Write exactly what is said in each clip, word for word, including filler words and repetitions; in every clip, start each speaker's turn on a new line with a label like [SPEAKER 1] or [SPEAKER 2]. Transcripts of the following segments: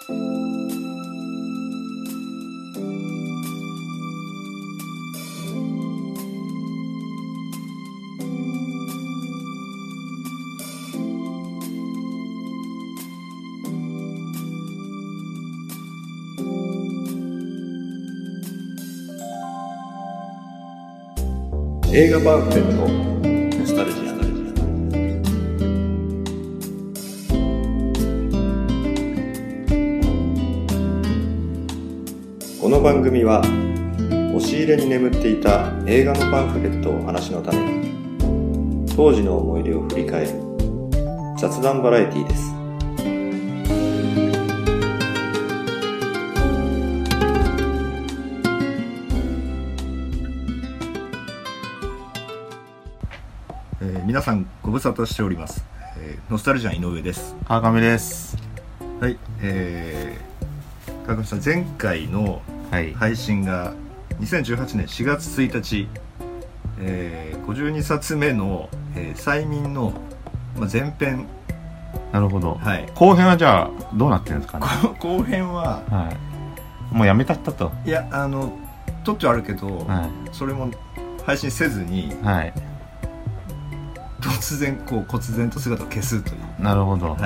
[SPEAKER 1] 映画パンフレットノスタルジア。この番組は押し入れに眠っていた映画のパンフレットをお話の種に、当時の思い出を振り返る雑談バラエティです。
[SPEAKER 2] えー、皆さんご無沙汰しております、えー、ノスタルジアン井上です。
[SPEAKER 3] 川上です。
[SPEAKER 2] はい、えー、川上さん、前回の配信がにせんじゅうはちねんしがつついたち、えー、ごじゅうにさつめの、えー、催眠の、まあ、前編。
[SPEAKER 3] なるほど、
[SPEAKER 2] はい、
[SPEAKER 3] 後編はじゃあどうなってるんですかね。
[SPEAKER 2] 後編は、
[SPEAKER 3] はい、もうやめたったと。
[SPEAKER 2] いや、あの撮っちゃあるけど、はい、それも配信せずに、はい、突然こう忽然と姿を消すという。
[SPEAKER 3] なるほど、
[SPEAKER 2] はい、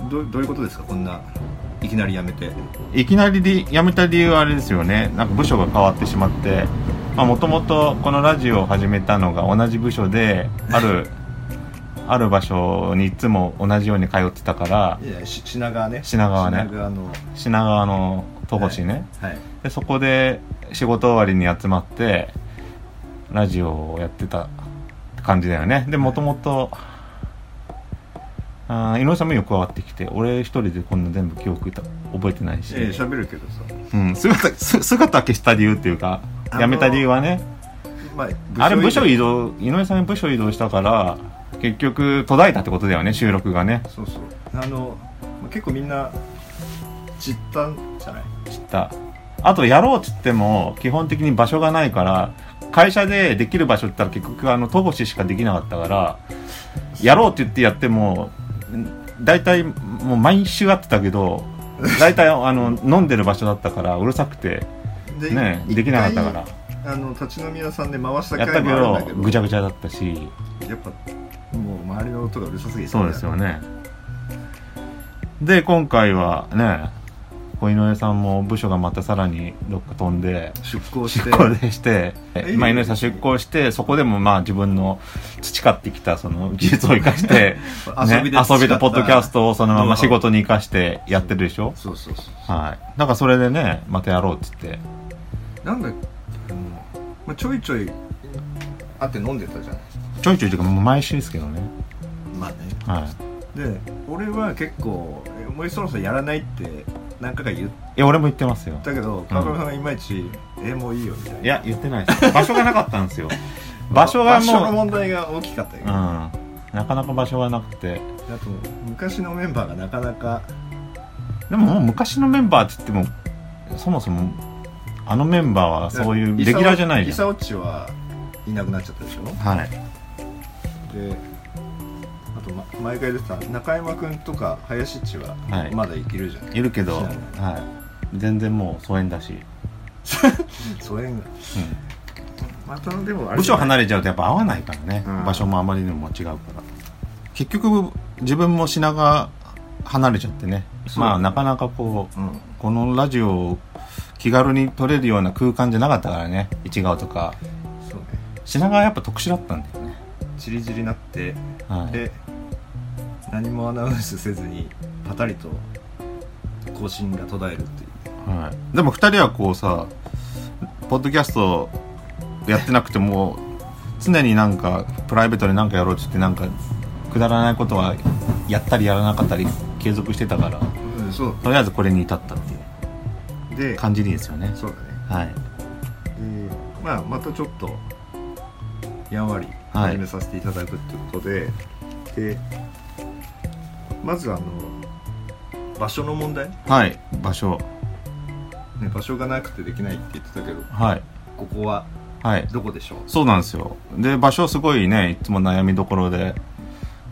[SPEAKER 2] ど, どういうことですか、こんないきなり辞めて。
[SPEAKER 3] いきなりで辞めた理由はあれですよね、なんか部署が変わってしまって、もともとこのラジオを始めたのが同じ部署であるある場所にいつも同じように通ってたから。
[SPEAKER 2] いや、品川ね
[SPEAKER 3] 品川ね
[SPEAKER 2] 品川の
[SPEAKER 3] 品川の戸越ね、
[SPEAKER 2] はいはい、で
[SPEAKER 3] そこで仕事終わりに集まってラジオをやってた感じだよね。でもともと井上さんもよく加わってきて、俺一人でこんな全部記憶覚えてないし。
[SPEAKER 2] ええ、喋るけどさ、
[SPEAKER 3] うん、姿, 姿消した理由っていうか、辞めた理由はね、
[SPEAKER 2] まあ、
[SPEAKER 3] あれ部署移動、井上さんに部署移動したから結局途絶えたってことだよね、収録がね。
[SPEAKER 2] そうそう、あの結構みんな知ったんじゃない。
[SPEAKER 3] 知った。あとやろうっつっても基本的に場所がないから、会社でできる場所って言ったら結局あの戸越しかできなかったから、やろうって言ってやってもだいたいもう毎週会ってたけど、だいたいあの飲んでる場所だったからうるさくてで、ね、できなかったから、
[SPEAKER 2] あの立ち飲み屋さんで回した
[SPEAKER 3] 回もあるんだけど、やったけどぐちゃぐちゃだったし、
[SPEAKER 2] やっぱもう周りの音がうるさすぎて。
[SPEAKER 3] そうですよね。で今回はね、小井上さんも部署がまたさらにどっか飛んで
[SPEAKER 2] 出向して
[SPEAKER 3] 出向でして、まあ、井上さん出向して、そこでもまあ自分の培ってきたその技術を生かして、ね、遊びでポッドキャストをそのまま仕事に生かしてやってるでしょ。
[SPEAKER 2] そうそうそう、
[SPEAKER 3] はい、だからそれでね、またやろうっつって、
[SPEAKER 2] なんだ、うん、まあ、ちょいちょい会って飲んでたじゃない。
[SPEAKER 3] ちょいちょいというかもう毎週ですけどね。
[SPEAKER 2] まあね、
[SPEAKER 3] はい、
[SPEAKER 2] で俺は結構お前そろそろやらないって何回か言って、
[SPEAKER 3] いや俺も言ってますよ。
[SPEAKER 2] だけど川上さんがいまいち、うん、えもういいよみたいな。
[SPEAKER 3] いや言ってないです場所がなかったんですよ場所がもう
[SPEAKER 2] 場所の問題が大きかったけど、うん、
[SPEAKER 3] なかなか場所がなくて、
[SPEAKER 2] あと昔のメンバーがなかなか。
[SPEAKER 3] でももう昔のメンバーって言ってもそもそもあのメンバーはそういうレギュラーじゃないじゃん。
[SPEAKER 2] イサオッチはいなくなっちゃったでしょ。
[SPEAKER 3] はい。
[SPEAKER 2] であと、ま、毎回出てた中山くんとか林っちはまだいけるじゃん、
[SPEAKER 3] はい、いるけど、はい、全然もう疎遠だし
[SPEAKER 2] 疎遠が、うん、またでもあれ
[SPEAKER 3] 部署離れちゃうとやっぱ合わないからね、うん、場所もあまりにも違うから、結局自分も品が離れちゃってね、まあなかなかこう、うん、このラジオを気軽に撮れるような空間じゃなかったからね、市川とか。そうね、品川やっぱ特殊だったんだよね。
[SPEAKER 2] チリチリになって、はい、で何もアナウンスせずにパタリと更新が途絶えるっていう、
[SPEAKER 3] はい、でもふたりはこうさ、ポッドキャストやってなくても常になんかプライベートで何かやろうって言って、なんかくだらないことはやったりやらなかったり継続してたから、うん、そうとりあえずこれに至ったっていう感じでいいですよね。
[SPEAKER 2] そうだね、はい。で、まあ、またちょっとやんわり始めさせていただくってことで、はい、でまずあの場所の問題。
[SPEAKER 3] はい、場所、
[SPEAKER 2] ね、場所がなくてできないって言ってたけど、
[SPEAKER 3] はい、
[SPEAKER 2] ここはどこでしょう。
[SPEAKER 3] はい、そうなんですよ。で場所すごいね、いつも悩みどころで、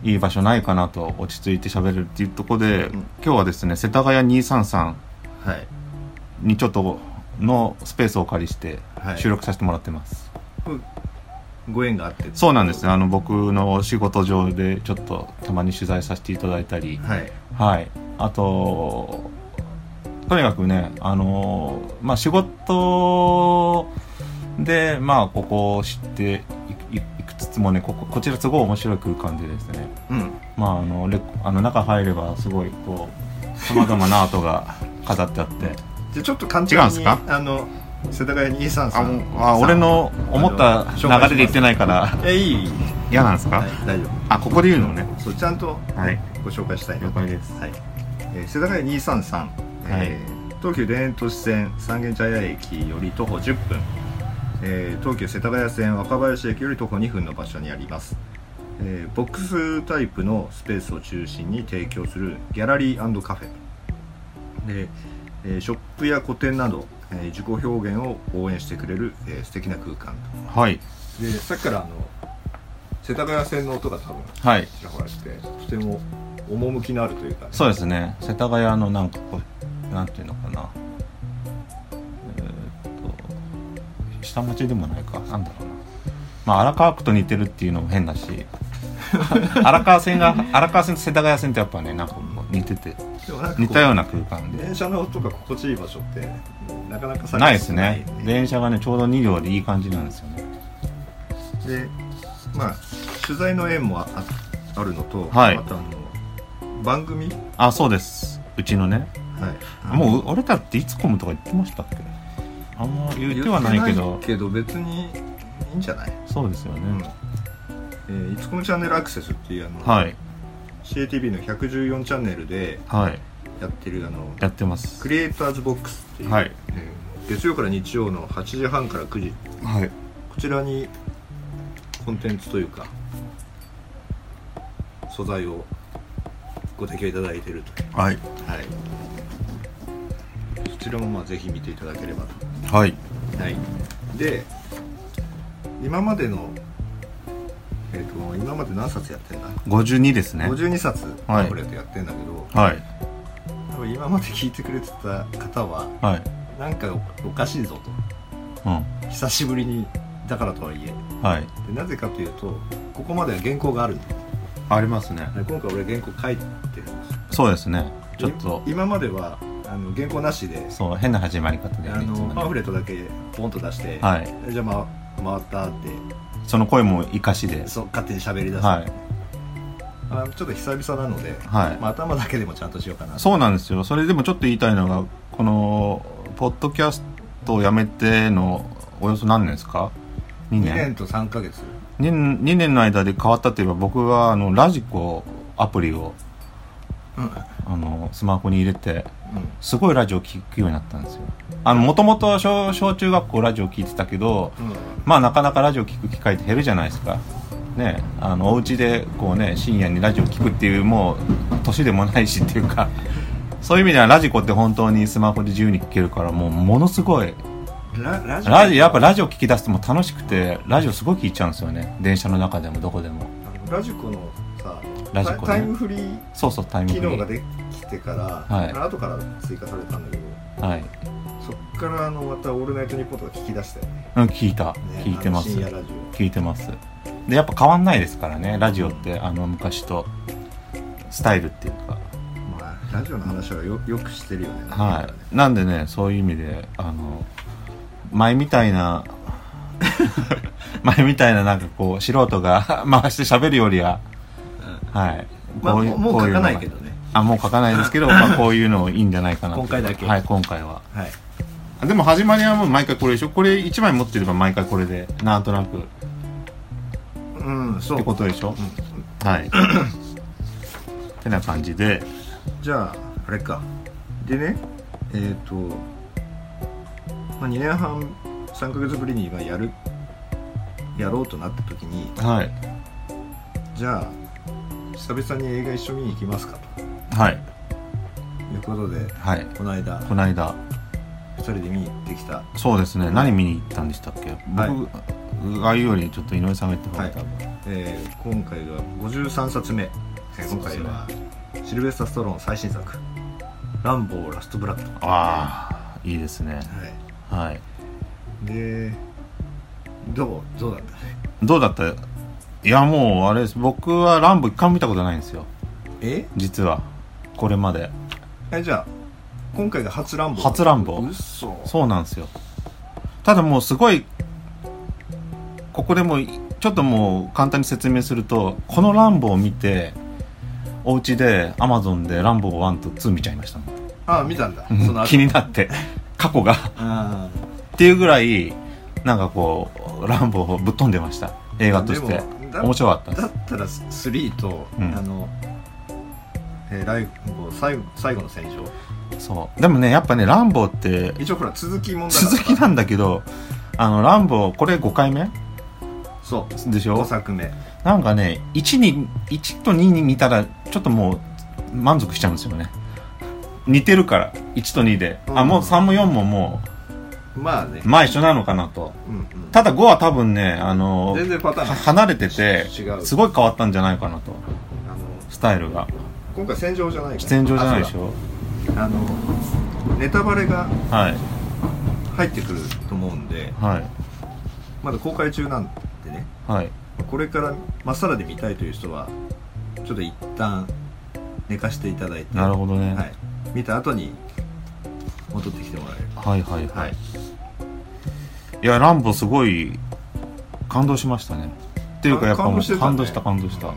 [SPEAKER 3] いい場所ないかなと落ち着いて喋れるっていうところで、
[SPEAKER 2] うん、
[SPEAKER 3] 今日はですね世田谷にーさんさん
[SPEAKER 2] はい
[SPEAKER 3] にちょっとのスペースをお借りして収録させてもらってます、
[SPEAKER 2] はい、ご縁があって。
[SPEAKER 3] そうなんですね。あの僕のお仕事上でちょっとたまに取材させていただいたり、
[SPEAKER 2] はい、
[SPEAKER 3] はい、あととにかくね、あのまあ仕事でまあここを知ってい, い, いくつつもね、こここちらすごい面白い空間でですね、うん、まああのレあの中入ればすごいこうさまざまなアートが飾ってあって
[SPEAKER 2] じゃちょっと簡単に
[SPEAKER 3] 違うんですか？
[SPEAKER 2] あの世田谷にーさんさん
[SPEAKER 3] ああ俺の思った流れで言ってないから
[SPEAKER 2] えいい
[SPEAKER 3] 嫌なんですか？
[SPEAKER 2] はい、大丈夫。
[SPEAKER 3] あここで言うのね。
[SPEAKER 2] そうちゃんとご紹介したいなと。
[SPEAKER 3] 了解です。
[SPEAKER 2] はい、えー、世田谷にーさんさん、はい、えー、東急田園都市線三軒茶屋駅より徒歩じゅっぷん、えー、東急世田谷線若林駅より徒歩にふんの場所にあります。えー、ボックスタイプのスペースを中心に提供するギャラリー&カフェで、えー、ショップや個展など、えー、自己表現を応援してくれる、えー、素敵な空間と。
[SPEAKER 3] はい。
[SPEAKER 2] でさっきからあの世田谷線の音が多分
[SPEAKER 3] はい
[SPEAKER 2] ちらほらして、とても趣のあるというか、ね、
[SPEAKER 3] そうですね。世田谷のなんかこうなんていうのかな、えー、っと下町でもないか、なんだろうな、まあ荒川区と似てるっていうのも変だし荒川線が荒川線と世田谷線ってやっぱねなんかこう似てて似たような空間で、
[SPEAKER 2] 電車の音が心地いい場所ってなかなか
[SPEAKER 3] ないですね。電車がねちょうどに両でいい感じなんですよね。
[SPEAKER 2] でまあ取材の縁も あ, あるのと、
[SPEAKER 3] はい、
[SPEAKER 2] あとあの番組
[SPEAKER 3] あそうですうちのね、はい、もう俺たっていつコムとか言ってましたっけ？あんま言ってはないけど
[SPEAKER 2] 言ってないけど別にいいんじゃない？
[SPEAKER 3] そうですよね、うん、
[SPEAKER 2] えー、いつコムチャンネルアクセスっていうあの、はい、シーエーティービー のひゃくじゅうよんチャンネルでやってる、はい、あの
[SPEAKER 3] やってます
[SPEAKER 2] クリエイターズボックスっていう、はい、えー、月曜から日曜のはちじはんからくじ、はい、こちらにコンテンツというか素材をご提供いただいていると。はい、はい、そちらもまあぜひ見ていただければと。はい、はい、で今までのえーと今まで何冊やってんだ？
[SPEAKER 3] ごじゅうにですね。
[SPEAKER 2] ごじゅうにさつパンフレットやってんだけど、はい、多分今まで聞いてくれてた方は、はい、なんかおかしいぞと、うん、久しぶりにだからとはいえ、はい、でなぜかというとここまでは原稿があるんだ。
[SPEAKER 3] ありますね。
[SPEAKER 2] 今回俺原稿書いてるんです。
[SPEAKER 3] そうですね。ちょっと
[SPEAKER 2] 今まではあの原稿なしで、
[SPEAKER 3] そう変な始まり方で、ね、
[SPEAKER 2] あのパンフレットだけポンと出して、はい、じゃあ、ま、回ったって
[SPEAKER 3] その声も生かしで
[SPEAKER 2] そう勝手に喋り出す、はい、あちょっと久々なので、はい、まあ、頭だけでもちゃんとしようかな。
[SPEAKER 3] そうなんですよ。それでもちょっと言いたいのがこのポッドキャストをやめてのおよそ何年ですか？にねん
[SPEAKER 2] にねんとさんかげつ
[SPEAKER 3] 2, にねんの間で変わったといえば僕があのラジコアプリを、うん、あのスマホに入れて、うん、すごいラジオを聞くようになったんですよ。もともと小中学校ラジオ聞いてたけど、うん、まあなかなかラジオ聞く機会って減るじゃないですかね。あのお家でこうね深夜にラジオ聞くっていうもう年でもないしっていうかそういう意味ではラジコって本当にスマホで自由に聞けるからもうものすごいラ, ラジオラジやっぱラジオ聞き出すとも楽しくてラジオすごい聞いちゃうんですよね。電車の中でもどこでも。
[SPEAKER 2] ラジコのさ
[SPEAKER 3] ラジコ、ね、
[SPEAKER 2] タイムフリー
[SPEAKER 3] そうそうタイムフリー
[SPEAKER 2] 機能ができてから、はい、後から追加されたんだけど、はい、そっからあのまたオールナイトニッポンとか聞き出したよね。
[SPEAKER 3] うん聞いた、ね、聞いてます。深夜ラジオ聞いてます。でやっぱ変わんないですからねラジオって、うん、あの昔とスタイルっていうか、
[SPEAKER 2] まあ、ラジオの話は よ, よくしてるよね。
[SPEAKER 3] はい、ね、なんでねそういう意味であの前みたいな前みたいななんかこう素人が回して喋るよりは、うん、はい、
[SPEAKER 2] まあ、こういうもう書かないけどね。
[SPEAKER 3] あもう書かないですけど、まあ、こういうのいいんじゃないかな
[SPEAKER 2] 今回だけ。
[SPEAKER 3] はい今回は、はい、でも始まりはもう毎回これでしょ。これいちまい持ってれば毎回これでなんとなく
[SPEAKER 2] うんそう
[SPEAKER 3] ってことでしょ、うん、はいってな感じで
[SPEAKER 2] じゃああれかでねえっ、ー、と、まあ、にねんはんさんかげつぶりに今やるやろうとなった時に、はい、じゃあ久々に映画一緒見に行きますかと、はい、いうことで、はい、この間
[SPEAKER 3] この間
[SPEAKER 2] ふたりで見に行ってきた。
[SPEAKER 3] そうですね。何見に行ったんでしたっけ？僕、はい、が言うよりちょっと井上さんが言ってもらった、はい、
[SPEAKER 2] えー、今回がごじゅうさんさつめ、えー、今回はシルベスター・ストローン最新作ランボーラストブラッド。
[SPEAKER 3] ああいいですね。はい、はい、
[SPEAKER 2] でどうどうだったね。
[SPEAKER 3] どうだった。いやもうあれです、僕はランボ一回も見たことないんですよ。
[SPEAKER 2] え
[SPEAKER 3] 実はこれまで。
[SPEAKER 2] えじゃあ今回が初ランボー。
[SPEAKER 3] 初ランボー。
[SPEAKER 2] うっそ。
[SPEAKER 3] そうなんですよ。ただもうすごいここでもちょっともう簡単に説明すると、このランボーを見てお家でアマゾンでランボーワンとツー見ちゃいましたもん。
[SPEAKER 2] ああ見たんだ。その
[SPEAKER 3] 気になって過去がっていうぐらいなんかこうランボーぶっ飛んでました。映画として面白かったです。
[SPEAKER 2] だったらスリーと、うん、あの、えー、ライボー最後、最後の戦場。
[SPEAKER 3] そうでもねやっぱねランボーって
[SPEAKER 2] 一応ほら続きもんだ
[SPEAKER 3] から続きなんだけど、あのランボーこれごかいめ
[SPEAKER 2] そう
[SPEAKER 3] でしょ。
[SPEAKER 2] ごさくめ
[SPEAKER 3] なんかね いち, にいちとにに見たらちょっともう満足しちゃうんですよね。似てるからいちとにで、うん、あもうさんもよんもも
[SPEAKER 2] うまあね
[SPEAKER 3] まあ一緒なのかなと、うんうん、ただごは多分ねあの
[SPEAKER 2] 全然パターン
[SPEAKER 3] 離れててすごい変わったんじゃないかなと。あのスタイルが
[SPEAKER 2] 今回戦場じゃないから
[SPEAKER 3] 戦場じゃないでしょ。
[SPEAKER 2] あのネタバレが入ってくると思うんで、はい、まだ公開中なんでね、はい、これからまっさらで見たいという人はちょっと一旦寝かしていただいて、
[SPEAKER 3] なるほどね、
[SPEAKER 2] はい、見た後に戻ってきてもらえる。
[SPEAKER 3] はいはいはい、はい、いやランボすごい感動しましたね。っていうかやっぱもう感動した感動した、うん、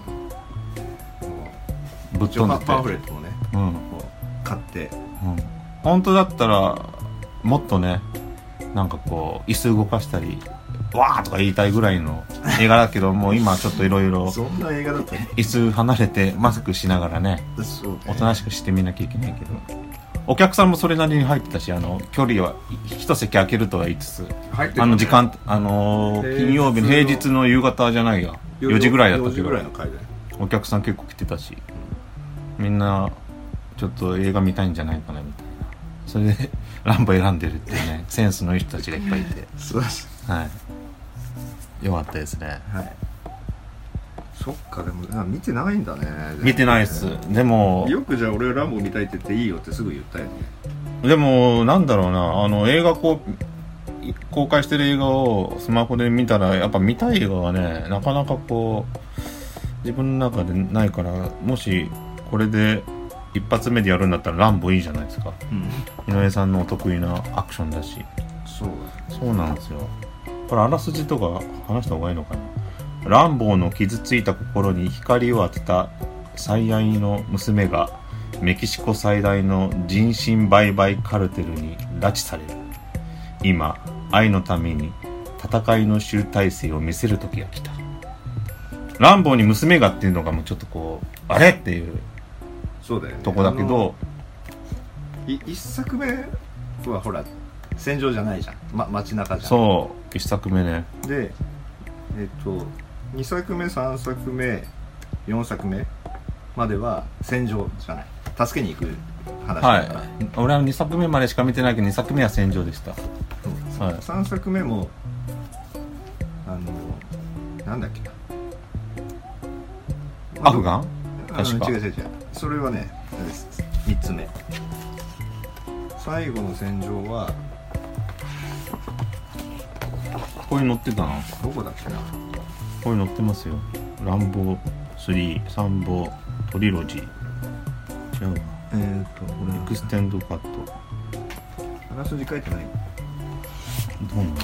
[SPEAKER 3] ぶっ飛んでて
[SPEAKER 2] パンフレットもね、うん、買って、
[SPEAKER 3] うん、本当だったらもっとねなんかこう椅子動かしたりわーとか言いたいぐらいの映画だけどもう今ちょっといろいろ
[SPEAKER 2] そんな映画だった
[SPEAKER 3] 椅子離れてマスクしながらねおとなしくしてみなきゃいけないけど、お客さんもそれなりに入ってたし、あの距離は一席空けるとは言いつつ、ね、あの時間あのー、金曜日の平日の夕方じゃないやよじぐらいだったけどお客さん結構来てたし、みんなちょっと映画見たいんじゃないかなみたいな、それでランボ選んでるっていうねセンスのいい人たちがいっぱいいて
[SPEAKER 2] そうです、
[SPEAKER 3] はい、よかったですね。
[SPEAKER 2] はい、そっかでも見てないんだね。
[SPEAKER 3] 見てないです。でも
[SPEAKER 2] よくじゃあ俺ランボ見たいって言っていいよってすぐ言ったよね。
[SPEAKER 3] でもなんだろうな、あの映画こう公開してる映画をスマホで見たらやっぱ見たい映画がねなかなかこう自分の中でないから、もしこれで一発目でやるんだったらランボいいじゃないですか、うん、井上さんのお得意なアクションだし。
[SPEAKER 2] そう
[SPEAKER 3] そうなんですよ。これあらすじとか話した方がいいのかな。ランボーの傷ついた心に光を当てた最愛の娘がメキシコ最大の人身売買カルテルに拉致される。今愛のために戦いの集大成を見せる時が来た。ランボーに娘がっていうのがもうちょっとこうあれっていう
[SPEAKER 2] そうだよね
[SPEAKER 3] とこだけど、
[SPEAKER 2] い一作目はほら戦場じゃないじゃん、ま、街中じゃん。
[SPEAKER 3] そう一作目ね。
[SPEAKER 2] でえっとにさくめさんさくめよんさくめまでは戦場じゃない、助けに行く話だから、はい、
[SPEAKER 3] 俺はにさくめまでしか見てないけどにさくめは戦場でした、
[SPEAKER 2] はい、さんさくめもあのなんだっけな
[SPEAKER 3] アフガン確か
[SPEAKER 2] 違う違う違う、それはねみっつめ、最後の戦場は
[SPEAKER 3] ここに載ってたな。
[SPEAKER 2] どこだっけな。
[SPEAKER 3] ここに載ってますよ。ランボースリー、サンボトリロジー。違うわ。
[SPEAKER 2] えーとこれ
[SPEAKER 3] エクステンドカット。
[SPEAKER 2] あらすじ書いてない。
[SPEAKER 3] どうなんだ。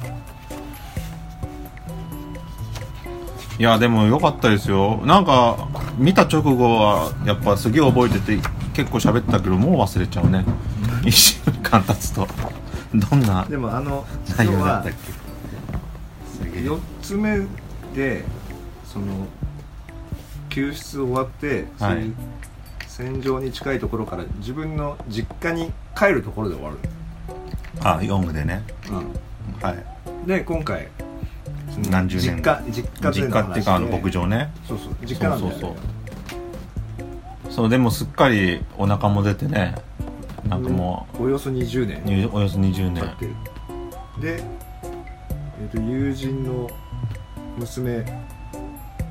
[SPEAKER 3] いやでも良かったですよ。なんか見た直後はやっぱすげえ覚えてて結構喋ったけどもう忘れちゃうね。いっしゅうかん経つとどんな
[SPEAKER 2] でもあの
[SPEAKER 3] 内容だったっ
[SPEAKER 2] け。よっつめでその救出終わって、はい、戦場に近いところから自分の実家に帰るところで終わる。
[SPEAKER 3] あ、ヨングでね、うん、はい。
[SPEAKER 2] で今回
[SPEAKER 3] 何十年
[SPEAKER 2] 実家実家
[SPEAKER 3] 実家っていうかあの牧場ね。
[SPEAKER 2] そうそう実家なんだよね。
[SPEAKER 3] そうそうそうそう。でもすっかりお腹も出てね、なんかも
[SPEAKER 2] う、うん、およそにじゅうねん
[SPEAKER 3] およそにじゅうねん
[SPEAKER 2] 経ってる。で、えーと、友人の娘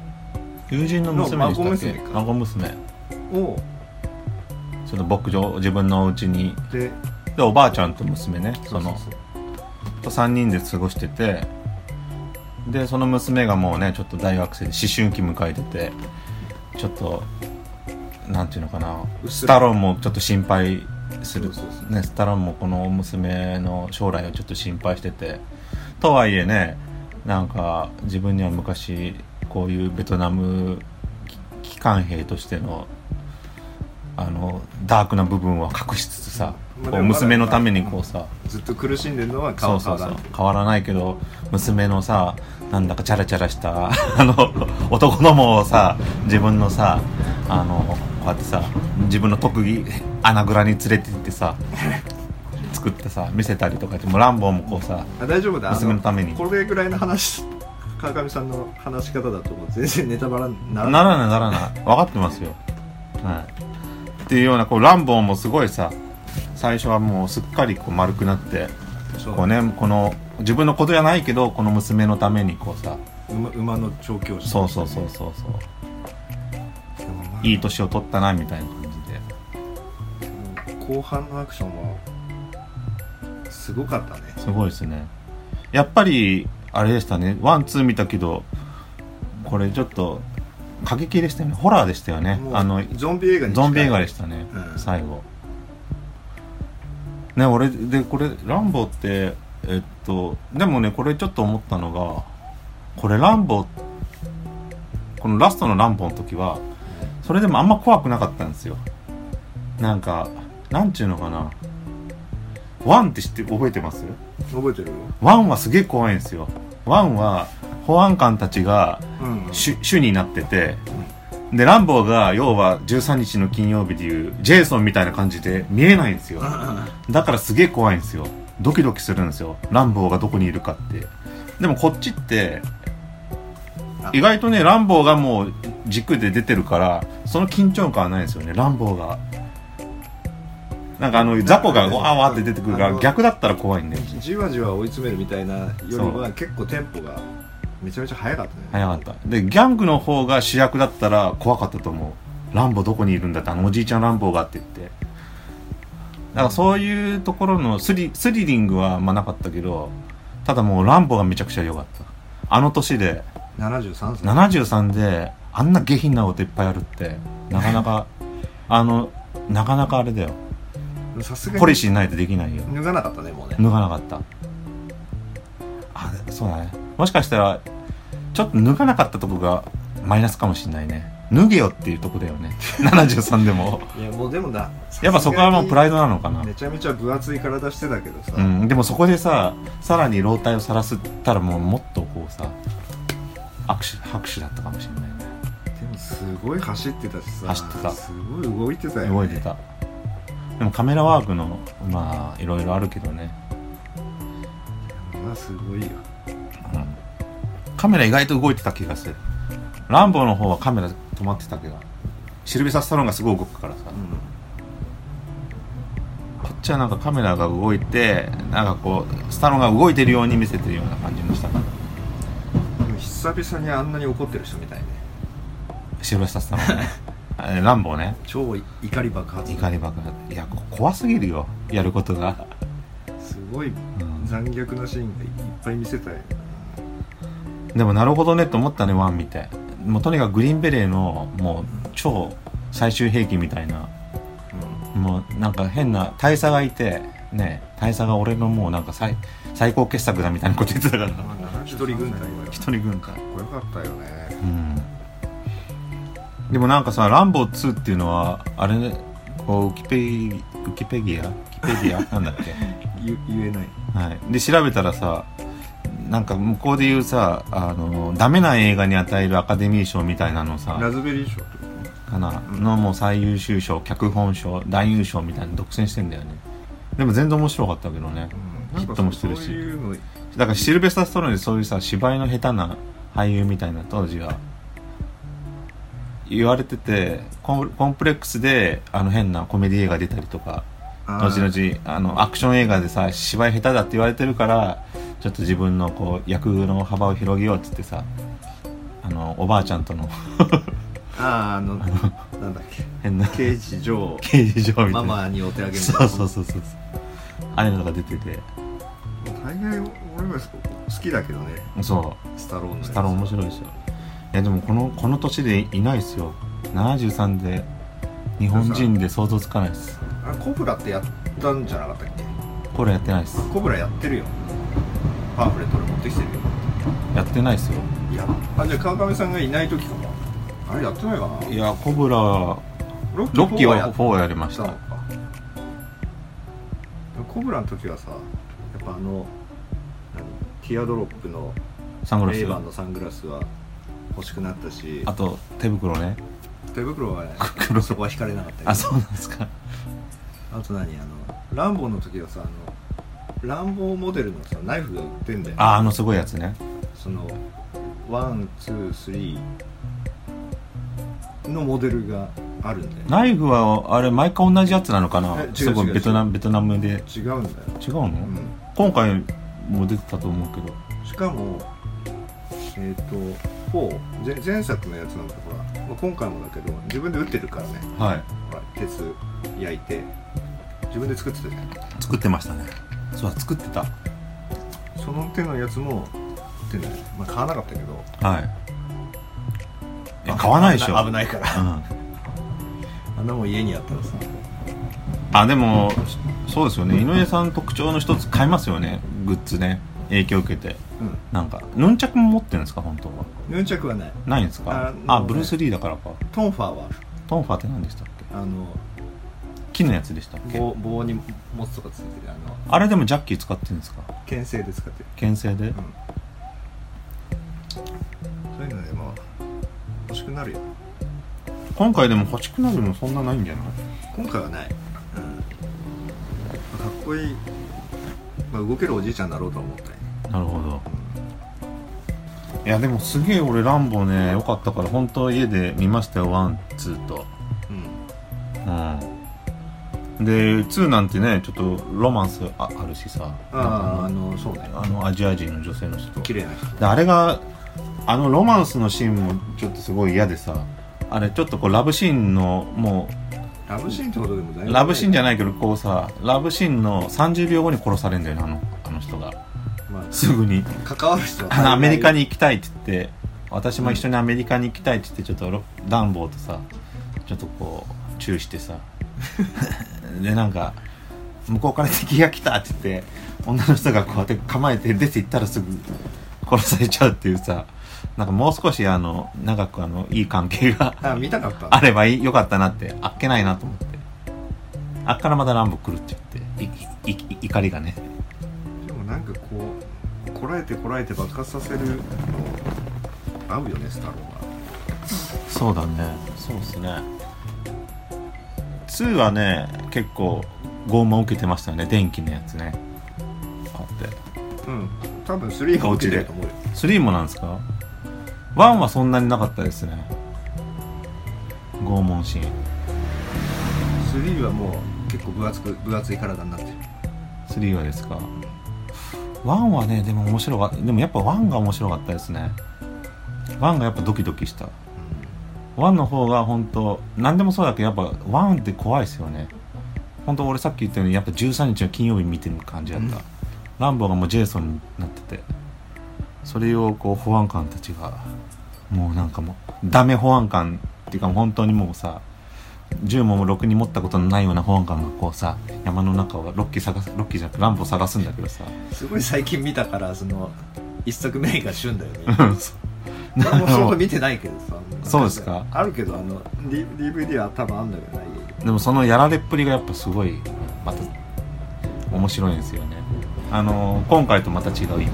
[SPEAKER 3] 友人の娘でしたっけ、
[SPEAKER 2] 孫娘か
[SPEAKER 3] 孫娘
[SPEAKER 2] を
[SPEAKER 3] ちょっと牧場自分のお家に
[SPEAKER 2] で
[SPEAKER 3] でおばあちゃんと娘ねその
[SPEAKER 2] そうそうそう
[SPEAKER 3] とさんにんで過ごしてて、でその娘がもうねちょっと大学生で思春期迎えてて、ちょっとなんていうのかな、
[SPEAKER 2] うっすら
[SPEAKER 3] スタロンもちょっと心配する
[SPEAKER 2] そうそうそう
[SPEAKER 3] ね、スタロンもこの娘の将来をちょっと心配してて、とはいえね、なんか自分には昔こういうベトナム機関兵としてのあのダークな部分は隠しつつさ、
[SPEAKER 2] まあ
[SPEAKER 3] こう娘のためにこうさ、
[SPEAKER 2] ずっと苦しんでるのは
[SPEAKER 3] そうそうそう
[SPEAKER 2] 変わらない
[SPEAKER 3] 変わらないけど、娘のさなんだかチャラチャラしたあの男どもをさ自分のさあのこうやってさ自分の特技穴蔵に連れて行ってさ作ってさ見せたりとかって、もうランボーもこうさ
[SPEAKER 2] あ大丈夫だ、
[SPEAKER 3] 娘のために
[SPEAKER 2] これぐらいの話川上さんの話し方だと全然ネタバラになら
[SPEAKER 3] ならないならない分かってますよ、はい、っていうようなこうランボーもすごいさ最初はもうすっかりこう丸くなって
[SPEAKER 2] そう
[SPEAKER 3] こうねこの自分のことじゃないけどこの娘のためにこうさ
[SPEAKER 2] 馬, 馬の調教師
[SPEAKER 3] そうそうそうそうそういい年を取ったなみたいな感じで
[SPEAKER 2] 後半のアクションはすごかったね。
[SPEAKER 3] すごいですね。やっぱりあれでしたね、ワンツー見たけどこれちょっと過激でしたよね、ホラーでしたよね。
[SPEAKER 2] もう
[SPEAKER 3] あの
[SPEAKER 2] ゾンビ映画に近い
[SPEAKER 3] ゾンビ映画でしたね、
[SPEAKER 2] うん、
[SPEAKER 3] 最後ね。俺でこれランボーってえっとでもねこれちょっと思ったのが、これランボーこのラストのランボーの時はそれでもあんま怖くなかったんですよ。なんかなんちゅうのかな、ワンって知って覚えてます？
[SPEAKER 2] 覚えてるよ。
[SPEAKER 3] ワンはすげえ怖いんですよ。ワンは保安官たちが主、主になってて、でランボーが要はじゅうさんにちの金曜日でいうジェイソンみたいな感じで見えないんですよ。だからすげえ怖いんですよ。ドキドキするんですよ、ランボーがどこにいるかって。でもこっちって意外とねランボーがもう軸で出てるからその緊張感はないんですよね。ランボーがなんかあの雑魚がわーわーって出てくるから逆だったら怖いんだよ。
[SPEAKER 2] じわじわ追い詰めるみたいなよりは結構テンポがめちゃめちゃ速かったね。
[SPEAKER 3] 早かった。でギャングの方が主役だったら怖かったと思う。ランボーどこにいるんだって、あのおじいちゃんランボーがって言って。だからそういうところのスリ、スリリングはまあなかったけど、ただもうランボーがめちゃくちゃ良かった。あの年で
[SPEAKER 2] ななじゅうさんさい
[SPEAKER 3] ななじゅうさんであんな下品なこといっぱいあるってなかなかあのなかなかあれだよ。
[SPEAKER 2] さすがに
[SPEAKER 3] ポリシーないとできないよ。
[SPEAKER 2] 脱がなかったねもうね。
[SPEAKER 3] 脱がなかった。あ、そうだね。もしかしたらちょっと脱がなかったとこがマイナスかもしれないね。脱げよっていうとこだよね。ななじゅうさんでも
[SPEAKER 2] いやもうでもな、
[SPEAKER 3] やっぱそこはもうプライドなのかな。
[SPEAKER 2] めちゃめちゃ分厚い体してたけどさ、
[SPEAKER 3] うん、でもそこでささらに老体を晒すったらもうもっとこうさ握手拍手だったかもしれないね。
[SPEAKER 2] でもすごい走ってたしさ、
[SPEAKER 3] 走ってた、
[SPEAKER 2] すごい動いてたよね。
[SPEAKER 3] 動いてた。でもカメラワークのまあいろいろあるけどね、
[SPEAKER 2] まあすごいよ、
[SPEAKER 3] うん、カメラ意外と動いてた気がする。ランボーの方はカメラ止まってたけどシルベサスタローンがすごい動くからさ、
[SPEAKER 2] うん、
[SPEAKER 3] こっちはなんかカメラが動いてなんかこうスタローンが動いてるように見せてるような感じにしたから。
[SPEAKER 2] でも久々にあんなに怒ってる人みたいね。
[SPEAKER 3] シルベサスタローンねランボーね、
[SPEAKER 2] 超怒り爆発。
[SPEAKER 3] 怒り爆発。いや怖すぎるよやることが。
[SPEAKER 2] すごい残虐なシーンがいっぱい見せたよ、
[SPEAKER 3] うん、でもなるほどねと思ったねワン見て。もうとにかくグリーンベレーのもう超最終兵器みたいな、うん、もうなんか変な大佐がいてね、大佐が俺のもうなんか 最, 最高傑作だみたいなこと言ってたから
[SPEAKER 2] 一人軍隊
[SPEAKER 3] 一人軍隊
[SPEAKER 2] かっこよかったよね。
[SPEAKER 3] うん。でもなんかさランボーツーっていうのはあれね、こうウキペウキペディアウキペディアなんだっけ
[SPEAKER 2] 言, 言えない、
[SPEAKER 3] はい、で調べたらさなんか向こうで言うさあのダメな映画に与えるアカデミー賞みたいなのさ
[SPEAKER 2] ラズベリー賞ってこと
[SPEAKER 3] かな、うん、のもう最優秀賞脚本賞男優賞みたいなの独占してんだよね。でも全然面白かったけどね、うん、ヒットもしてるし。だからシルベスター・ストローンでそういうさ芝居の下手な俳優みたいな当時は言われてて、コン、コンプレックスであの変なコメディ映画出たりとか後々あのアクション映画でさ芝居下手だって言われてるからちょっと自分のこう役の幅を広げようっつってさあのおばあちゃんとの
[SPEAKER 2] あああのなんだっけ
[SPEAKER 3] 変な
[SPEAKER 2] 刑事上
[SPEAKER 3] 刑事上みたいな
[SPEAKER 2] ママにお手上げみたい
[SPEAKER 3] そ
[SPEAKER 2] な
[SPEAKER 3] うそうそうそうあれのが出てて
[SPEAKER 2] 大概俺は好きだけどね
[SPEAKER 3] そう
[SPEAKER 2] スタローンのやつ
[SPEAKER 3] スタローン面白いですよ。いやでもこのこの年でいないですよ。ななじゅうさんで日本人で想像つかないです。
[SPEAKER 2] あコブラってやったんじゃなかったっけ。
[SPEAKER 3] これやってないです。
[SPEAKER 2] コブラやってるよ。パンフレットで持ってきてるよ。
[SPEAKER 3] やってないですよ。
[SPEAKER 2] いやあじゃあ川上さんがいない時かな。あれやってないかな。
[SPEAKER 3] いやコブラロ
[SPEAKER 2] ロ
[SPEAKER 3] ッキーはフォーやりました。
[SPEAKER 2] のかコブラの時はさやっぱあのティアドロップの
[SPEAKER 3] サングラス
[SPEAKER 2] レイバンのサングラスは欲しくなったし、
[SPEAKER 3] あと手袋ね。
[SPEAKER 2] 手袋はね
[SPEAKER 3] 黒
[SPEAKER 2] そこは引かれなかったけど。
[SPEAKER 3] あそうなんですか。
[SPEAKER 2] あと何あのランボーの時はさあのランボーモデルのさナイフが売ってんだよ。
[SPEAKER 3] ああのすごいやつね。
[SPEAKER 2] そのワン、ツー、スリーのモデルがあるんだよ。
[SPEAKER 3] ナイフはあれ毎回同じやつなのかな。
[SPEAKER 2] え違う
[SPEAKER 3] すごい
[SPEAKER 2] 違う
[SPEAKER 3] ベトナムベトナムで
[SPEAKER 2] 違うんだよ。
[SPEAKER 3] 違うの、
[SPEAKER 2] うん、
[SPEAKER 3] 今回も出てたと思うけど。
[SPEAKER 2] しかもえっ、ー、とフォー前前作のやつなんだほら、まあ、今回もだけど自分で打ってるからね。
[SPEAKER 3] はい
[SPEAKER 2] ほら鉄焼いて自分で作ってたじゃん。
[SPEAKER 3] 作ってましたね。そうだ作ってた。
[SPEAKER 2] その手のやつも売ってんだよ。まあ買わなかったけど。
[SPEAKER 3] はい。いや買わないでしょ。
[SPEAKER 2] 危ないから、
[SPEAKER 3] うん、
[SPEAKER 2] あんなもん家にあったらさ。
[SPEAKER 3] あでもそうですよね。井上さん特徴の一つ買いますよね。グッズね影響を受けて、
[SPEAKER 2] うん、
[SPEAKER 3] なんかヌンチャクも持ってるんですか本当は。
[SPEAKER 2] ヌンチャクはない。
[SPEAKER 3] ないんですか。あ, あブルース・リーだからか。
[SPEAKER 2] トンファーはある。
[SPEAKER 3] トンファーって何でしたっけ。
[SPEAKER 2] あの
[SPEAKER 3] 木のやつでしたっけ。
[SPEAKER 2] 棒, 棒に持つとかついてるあの
[SPEAKER 3] あれでもジャッキー使ってるんですか。
[SPEAKER 2] 牽制で使ってる。
[SPEAKER 3] 牽制で、うん、
[SPEAKER 2] そういうのでも欲しくなるよ。
[SPEAKER 3] 今回でも欲しくなるのそんなないんじゃない。
[SPEAKER 2] 今回はない、うん、かっこいい、まあ、動けるおじいちゃんだろうと思ったね。
[SPEAKER 3] なるほど、うん、いやでもすげえ俺ランボーね良かったから本当家で見ましたよ。ワン、ツーとうん、うん、でツーなんてねちょっとロマンス あ, あるしさ。
[SPEAKER 2] あああのそうね
[SPEAKER 3] あのアジア人の女性の人
[SPEAKER 2] 綺麗な人
[SPEAKER 3] であれがあのロマンスのシーンもちょっとすごい嫌でさあれちょっとこうラブシーンのもう
[SPEAKER 2] ラブシーンってことでもない。
[SPEAKER 3] ラブシーンじゃないけどこうさラブシーンのさんじゅうびょうごに殺されるんだよねあのあの人が、まあ、すぐに
[SPEAKER 2] 関わる人
[SPEAKER 3] はアメリカに行きたいって言って私も一緒にアメリカに行きたいって言ってちょっとダンボーとさちょっとこうチューしてさでなんか向こうから敵が来たって言って女の人がこうやって構えて出て行ったらすぐ殺されちゃうっていうさなんかもう少しあの長くあのいい関係が
[SPEAKER 2] あ見たかった
[SPEAKER 3] あればよかったなってあっけないなと思ってあっからまたランボ来るって言っていいい怒りがね。
[SPEAKER 2] でもなんかこうこらえてこらえて爆発させるの合うよねスタローが。
[SPEAKER 3] そうだねそうですね。ツーはね結構拷問受けてましたよね電気のやつねあって
[SPEAKER 2] うん多分スリーが落ちてると思うよ。
[SPEAKER 3] スリーもなんですか。ワンはそんなになかったですね拷問シーン。
[SPEAKER 2] スリーはもう結構分厚く分厚い体になってる。
[SPEAKER 3] スリーはですか。ワンはねでも面白かった。でもやっぱワンが面白かったですね。ワンがやっぱドキドキした、うん、ワンの方が本当何でもそうだけどやっぱワンって怖いですよね。本当俺さっき言ったようにやっぱじゅうさんにちの金曜日見てる感じだった、うん、ランボーがもうジェイソンになっててそれをこう保安官たちがもうなんかもうダメ保安官っていうか本当にもうさ銃もろくに持ったことのないような保安官がこうさ山の中をロッキー探すロッキーじゃなくてランボー探すんだけどさ
[SPEAKER 2] すごい最近見たからその一作目が旬だよね俺もそんな見てないけどさ
[SPEAKER 3] そうですか。
[SPEAKER 2] あるけどあの ディーブイディー は多分あるんだけどない
[SPEAKER 3] でもそのやられっぷりがやっぱすごいまた面白いんですよね。あの今回とまた違う意味では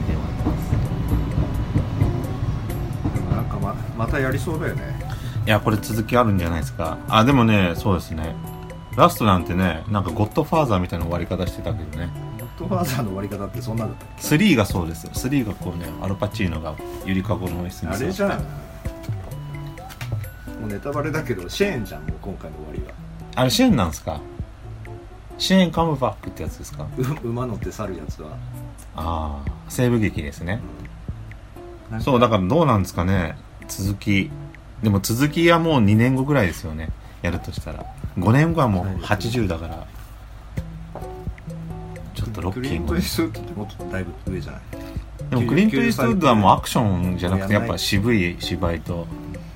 [SPEAKER 2] なんか ま, またやりそうだよね。
[SPEAKER 3] いやこれ続きあるんじゃないですか。あでもねそうですねラストなんてねなんかゴッドファーザーみたいな終わり方してたけどね。
[SPEAKER 2] ゴッドファーザーの終わり方ってそんなんだったっけ。
[SPEAKER 3] スリーがそうですよ。スリーがこうねアルパチーノがゆりかごの椅子に座って
[SPEAKER 2] あれじゃんもうネタバレだけどシェーンじゃんもう今回の終わりは。
[SPEAKER 3] あれシェーンなんですか。シェーンカムバックってやつですか。
[SPEAKER 2] う馬乗って去るやつは
[SPEAKER 3] ああ西部劇ですね、
[SPEAKER 2] うん、
[SPEAKER 3] そうだからどうなんですかね。 続きでも続きはもうにねんごぐらいですよね、やるとしたら。ごねんごはもうはちじゅうだから、ちょっとロッキーも。
[SPEAKER 2] クリント・イーストウッドってもっとだいぶ上じゃない？
[SPEAKER 3] でもクリント・イーストウッドはもうアクションじゃなくてやっぱ渋い芝居と、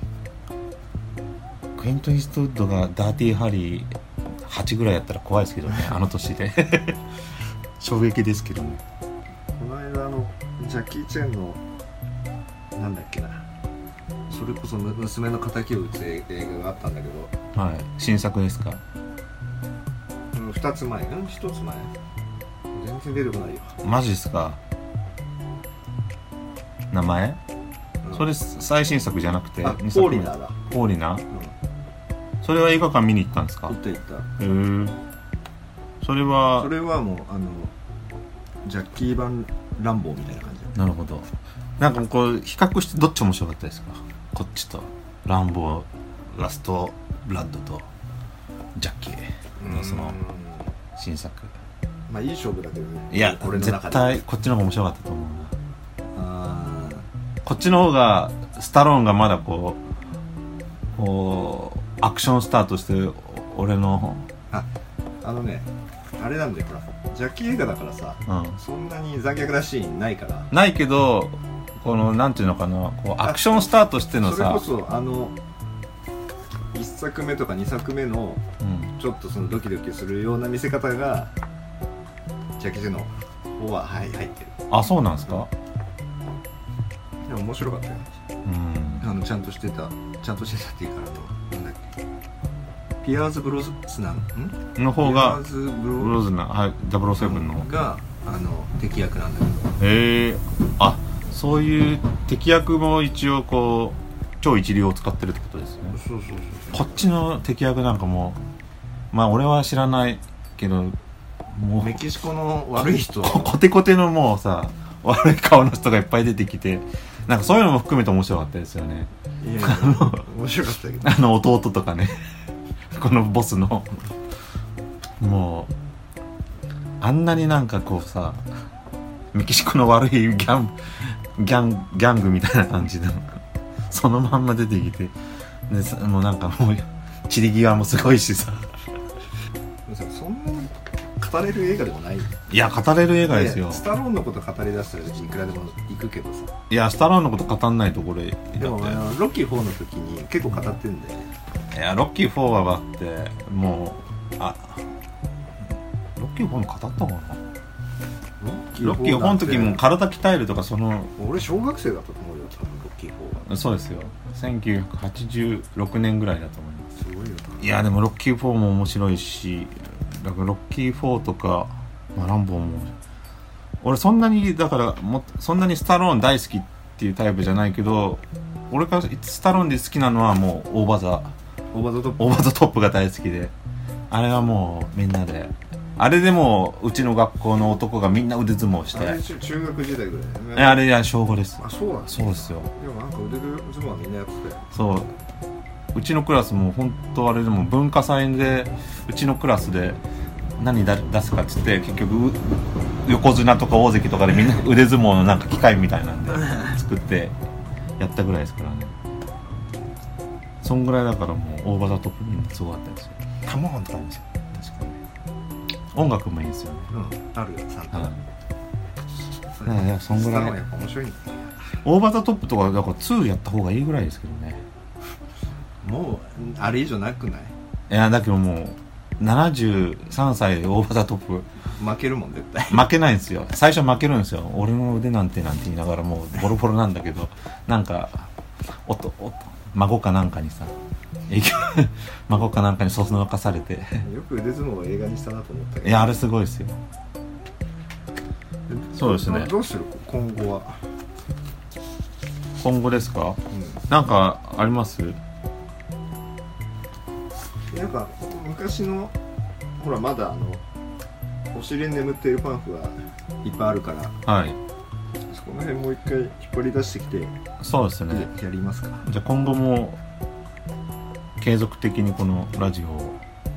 [SPEAKER 3] クリント・イーストウッドがダーティーハリーはちぐらいやったら怖いですけどねあの年で衝撃ですけどね。
[SPEAKER 2] この間あのジャッキー・チェンのなんだっけな、それこそ娘の敵を撃つ映画があったんだけ
[SPEAKER 3] ど、はい、新作ですか？
[SPEAKER 2] ふたつまえ、うんひとつまえ、全然出てこないよ。
[SPEAKER 3] マジですか？名前、うん、それ最新作じゃなくて
[SPEAKER 2] あポーリナーだ。
[SPEAKER 3] ポーリナー、うん、それは映画館見に行ったんですか？
[SPEAKER 2] 行った行った。
[SPEAKER 3] へー。それは
[SPEAKER 2] それはもうあのジャッキー版ランボーみたいな感じ。
[SPEAKER 3] なるほど。なんかこう比較してどっち面白かったですか？こっちとランボーラストブラッドとジャッキーのその新作。
[SPEAKER 2] まあいい勝負だけどね。
[SPEAKER 3] いや
[SPEAKER 2] 俺の中で
[SPEAKER 3] 絶対こっちの方が面白かったと思うな。
[SPEAKER 2] あ
[SPEAKER 3] こっちの方がスタローンがまだこうこうアクションスターとして俺の
[SPEAKER 2] ああのねあれなんだよ、ほらジャッキー映画だからさ、うん、そんなに残虐なシーンないから。
[SPEAKER 3] ないけどこのなんていうのかな、こうアクションスターとしてのさ、
[SPEAKER 2] それこそあのいっさくめとかにさくめの、うん、ちょっとそのドキドキするような見せ方がジャッキーの方は、はい、入ってる。
[SPEAKER 3] あ、そうなんですか？
[SPEAKER 2] でも面白かったよ、うん、あのちゃんとしてたちゃんとしてたっていうか、あのなんだっけ、ピアーズ・ブロズナン
[SPEAKER 3] の方が
[SPEAKER 2] ピアーズ・ブ
[SPEAKER 3] ロブロズナン、はい、ダブルオーセブンの
[SPEAKER 2] があの敵役なんだけ
[SPEAKER 3] ど。へえー、あ、そういう敵役も一応こう超一流を使ってるってことですね。
[SPEAKER 2] そうそうそうそう。
[SPEAKER 3] こっちの敵役なんかもまあ俺は知らないけど、もう
[SPEAKER 2] メキシコの悪い人
[SPEAKER 3] コテコテのもうさ悪い顔の人がいっぱい出てきて、なんかそういうのも含めて面白かったですよね。
[SPEAKER 2] いやいや面白かったけど、
[SPEAKER 3] あの弟とかねこのボスのもうあんなになんかこうさメキシコの悪いギャンギャンギャングみたいな感じでそのまんま出てきて、でもうなんかもう散り際もすごいしさ
[SPEAKER 2] そんなに語れる映画でもない。
[SPEAKER 3] いや語れる映画ですよ。
[SPEAKER 2] スタローンのこと語り出したらいくらでも行くけどさ。
[SPEAKER 3] いやスタローンのこと語んないとこれ
[SPEAKER 2] でもあのロッキーフォーの時に結構語ってんだよね。
[SPEAKER 3] いやロッキーフォーはだってもうあロッキーフォーの語ったかな。ロッキーフォーの時も体鍛えるとかその
[SPEAKER 2] 俺小学生だったと思うよ多分ロッキーフォーは。
[SPEAKER 3] そうですよ、せんきゅうひゃくはちじゅうろくねんぐらいだと思います。
[SPEAKER 2] すごいよな。
[SPEAKER 3] いやでもロッキーフォーも面白いし、だからロッキーフォーとか、まあ、ランボーも俺そんなにだからもそんなにスタローン大好きっていうタイプじゃないけど、俺からスタローンで好きなのはもうオーバーザ
[SPEAKER 2] オーバーザトップ
[SPEAKER 3] オーバーザトップが大好きで、あれはもうみんなであれでもううちの学校の男がみんな腕相撲して。
[SPEAKER 2] あれ中学時代ぐらい、
[SPEAKER 3] ね、あれは小ごです。
[SPEAKER 2] あ、そうなん
[SPEAKER 3] ですそうですよ。
[SPEAKER 2] でもなんか腕相撲はみんなやってたよ。
[SPEAKER 3] そううちのクラスも本当あれでも文化祭でうちのクラスで何出すかっつって結局横綱とか大関とかでみんな腕相撲のなんか機械みたいなんで作ってやったぐらいですからね。そんぐらいだからもうオーバーザトップみんなすごかったですよ。タモンとかも確かに音楽もいいですよね。
[SPEAKER 2] うん、あるよちゃんと。
[SPEAKER 3] はい、いやそんぐらい。
[SPEAKER 2] やっぱ面白いんだね。
[SPEAKER 3] オーバーザトップとかだからツーやった方がいいぐらいですけどね。
[SPEAKER 2] もうあれ以上なくない？
[SPEAKER 3] いやだけどもうななじゅうさんさいでオーバーザトップ
[SPEAKER 2] 負けるもん絶対。
[SPEAKER 3] 負けないんですよ。最初負けるんですよ。俺の腕なんてなんて言いながらもうボロボロなんだけどなんかおっとおっと孫かなんかにさ孫かなんかにそそのかされてよ
[SPEAKER 2] く腕相撲を映画にしたなと思ったけど。
[SPEAKER 3] いやあれすごいですよ。そうですね。
[SPEAKER 2] どうする今後は。
[SPEAKER 3] 今後ですか、うん、なんかあります？
[SPEAKER 2] なんか昔のほらまだあのお尻に眠っているパンフがいっぱいあるから、はい、そこの辺もう一回引っ張り出してきて。
[SPEAKER 3] そうですね。
[SPEAKER 2] やりますか。
[SPEAKER 3] じゃあ今後も継続的にこのラジオを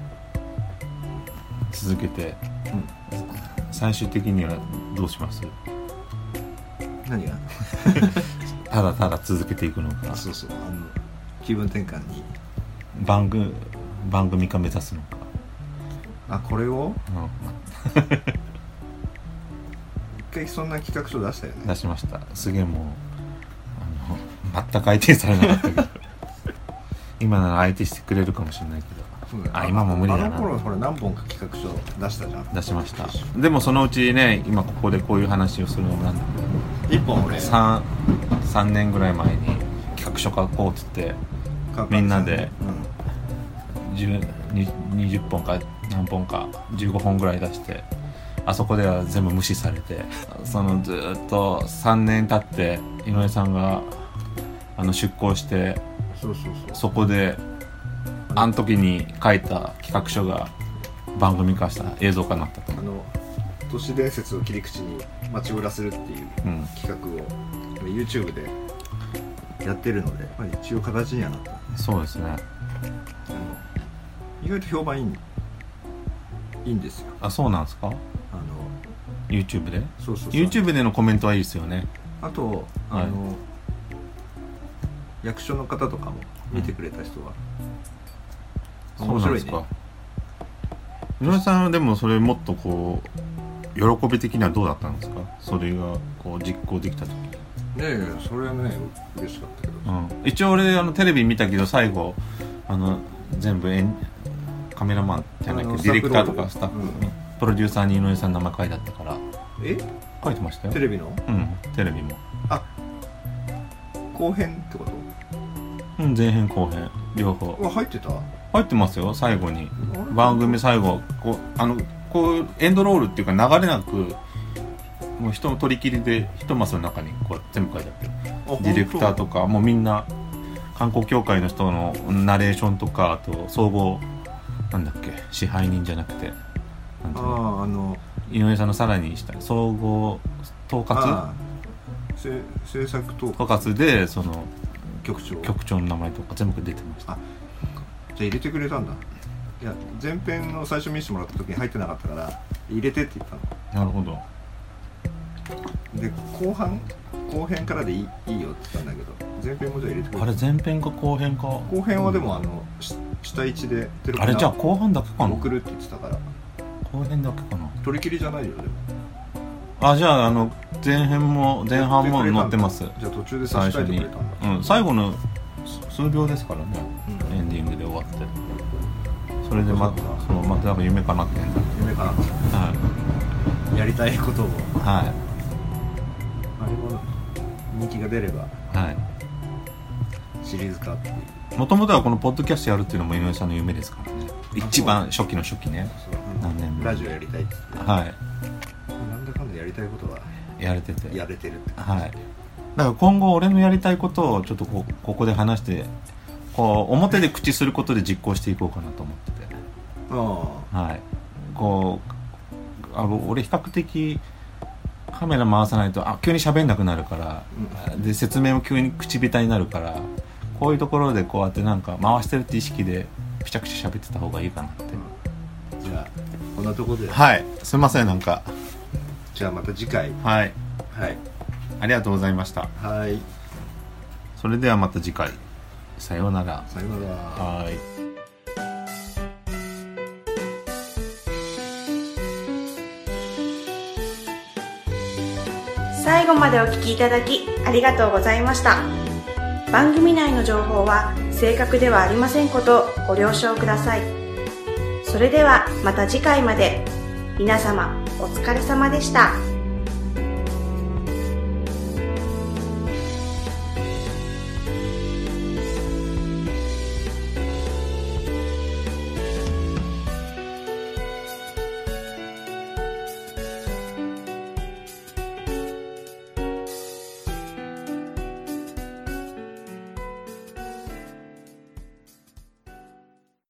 [SPEAKER 3] 続けて、うん、最終的にはどうします？
[SPEAKER 2] 何が
[SPEAKER 3] ただただ続けていくのか、
[SPEAKER 2] そうそうあの気分転換に
[SPEAKER 3] 番組番組化目指すのか。
[SPEAKER 2] あこれを、
[SPEAKER 3] うん、
[SPEAKER 2] 一回そんな企画書出したよね。
[SPEAKER 3] 出しました。すげえもうあの全く相手にされなかったけど今なら相手してくれるかもしれないけど、あ今も無理だな。
[SPEAKER 2] あの頃これ何本か企画書出したじゃん。
[SPEAKER 3] 出しました。でもそのうちね今ここでこういう話をするのもなんだ
[SPEAKER 2] けどいっぽん俺
[SPEAKER 3] 3, 3年ぐらい前に企画書書こうっつってみんなでじゅう、にじゅっぽんか何本かじゅうごほんぐらい出して、あそこでは全部無視されて、そのずっとさんねん経って井上さんがあの出向して、
[SPEAKER 2] そうそうそう
[SPEAKER 3] そこであの時に書いた企画書が番組化した映像化になったと。
[SPEAKER 2] あの都市伝説を切り口に街ぶらするっていう企画を、うん、YouTube でやってるので、まあ、一応形にはなった、ね、
[SPEAKER 3] そうですね。あの
[SPEAKER 2] 意外と評判いいいいんですよ。
[SPEAKER 3] あそうなんですか。あの YouTube で
[SPEAKER 2] そうそうそう
[SPEAKER 3] YouTube でのコメントはいいですよね。
[SPEAKER 2] あとあの、はい、役所の方とかも見てくれた人は、
[SPEAKER 3] うん、面白いね。そうなんですか。井上さんはでもそれもっとこう喜び的にはどうだったんですか。それがこう実行できた時。
[SPEAKER 2] ねえそれはね嬉しかったけど、うん、
[SPEAKER 3] 一応俺あのテレビ見たけど最後あの全部エンカメラマンじゃないけどディレクターとかスタッフ、うん、プロデューサーに井上さんの名前書いてあったから。
[SPEAKER 2] え
[SPEAKER 3] 書いてましたよ。
[SPEAKER 2] テレビの
[SPEAKER 3] うんテレビも。
[SPEAKER 2] あ後編ってこと。
[SPEAKER 3] うん前編後編両方
[SPEAKER 2] 入ってた。
[SPEAKER 3] 入ってますよ。最後に番組最後こうあのこうエンドロールっていうか流れなくもう人の取り切りで一マスの中にこう全部書いてあってディレクターとかもうみんな観光協会の人のナレーションとかあと総合なんだっけ支配人じゃなくてなんていうの
[SPEAKER 2] ああの
[SPEAKER 3] 井上さんのさらにした総合統括
[SPEAKER 2] 制作統
[SPEAKER 3] 括でその
[SPEAKER 2] 局長
[SPEAKER 3] 局長の名前とか全部出てました。
[SPEAKER 2] あじゃあ入れてくれたんだ。いや前編の最初見せてもらった時に入ってなかったから入れてって言った
[SPEAKER 3] の。なるほど。
[SPEAKER 2] で後半後編からでいい、いいよって言ったんだけど前編もじゃあ入れてくれた。
[SPEAKER 3] あれ前編か後編か。
[SPEAKER 2] 後編はでもあの下位置でテロップ
[SPEAKER 3] あれじゃあ後半だけかな。
[SPEAKER 2] 送るって言ってたから
[SPEAKER 3] 後編だけかな。
[SPEAKER 2] 取り切りじゃないよでも。
[SPEAKER 3] あじゃああの前編も前半も載ってます。
[SPEAKER 2] じゃあ途中で差し替えてくれたんだ。
[SPEAKER 3] うん最後の数秒ですからね、うん、エンディングで終わってそれでまたそのまたなんか夢かなってんだ。
[SPEAKER 2] 夢かなって、はい、やりたいことを
[SPEAKER 3] はい
[SPEAKER 2] あれも人気が出れば
[SPEAKER 3] はい
[SPEAKER 2] シリーズ化っていう
[SPEAKER 3] もともとはこのポッドキャストやるっていうのも井上さんの夢ですからね。一番初期の初期ね
[SPEAKER 2] 何年もラジオやりたいって言って
[SPEAKER 3] はい
[SPEAKER 2] なんだかんだやりたいことは
[SPEAKER 3] やれてて
[SPEAKER 2] やれてるって
[SPEAKER 3] はいだから今後俺のやりたいことをちょっと こ, ここで話してこう表で口することで実行していこうかなと思ってて
[SPEAKER 2] あ
[SPEAKER 3] はいこうあ俺比較的カメラ回さないとあ急に喋んなくなるから、うん、で説明も急に口下手になるからこういうところでこうやってなんか回してるって意識でピチャピチャ喋ってた方がいいかなって、
[SPEAKER 2] うん、じゃあこんなところで
[SPEAKER 3] はいすいませんなんか
[SPEAKER 2] じゃあまた次回
[SPEAKER 3] はい
[SPEAKER 2] はい
[SPEAKER 3] ありがとうございました。
[SPEAKER 2] はい。
[SPEAKER 3] それではまた次回。さようなら。
[SPEAKER 2] さようなら。
[SPEAKER 3] はい。
[SPEAKER 4] 最後までお聞きいただきありがとうございました。番組内の情報は正確ではありませんことをご了承ください。それではまた次回まで。皆様お疲れ様でした。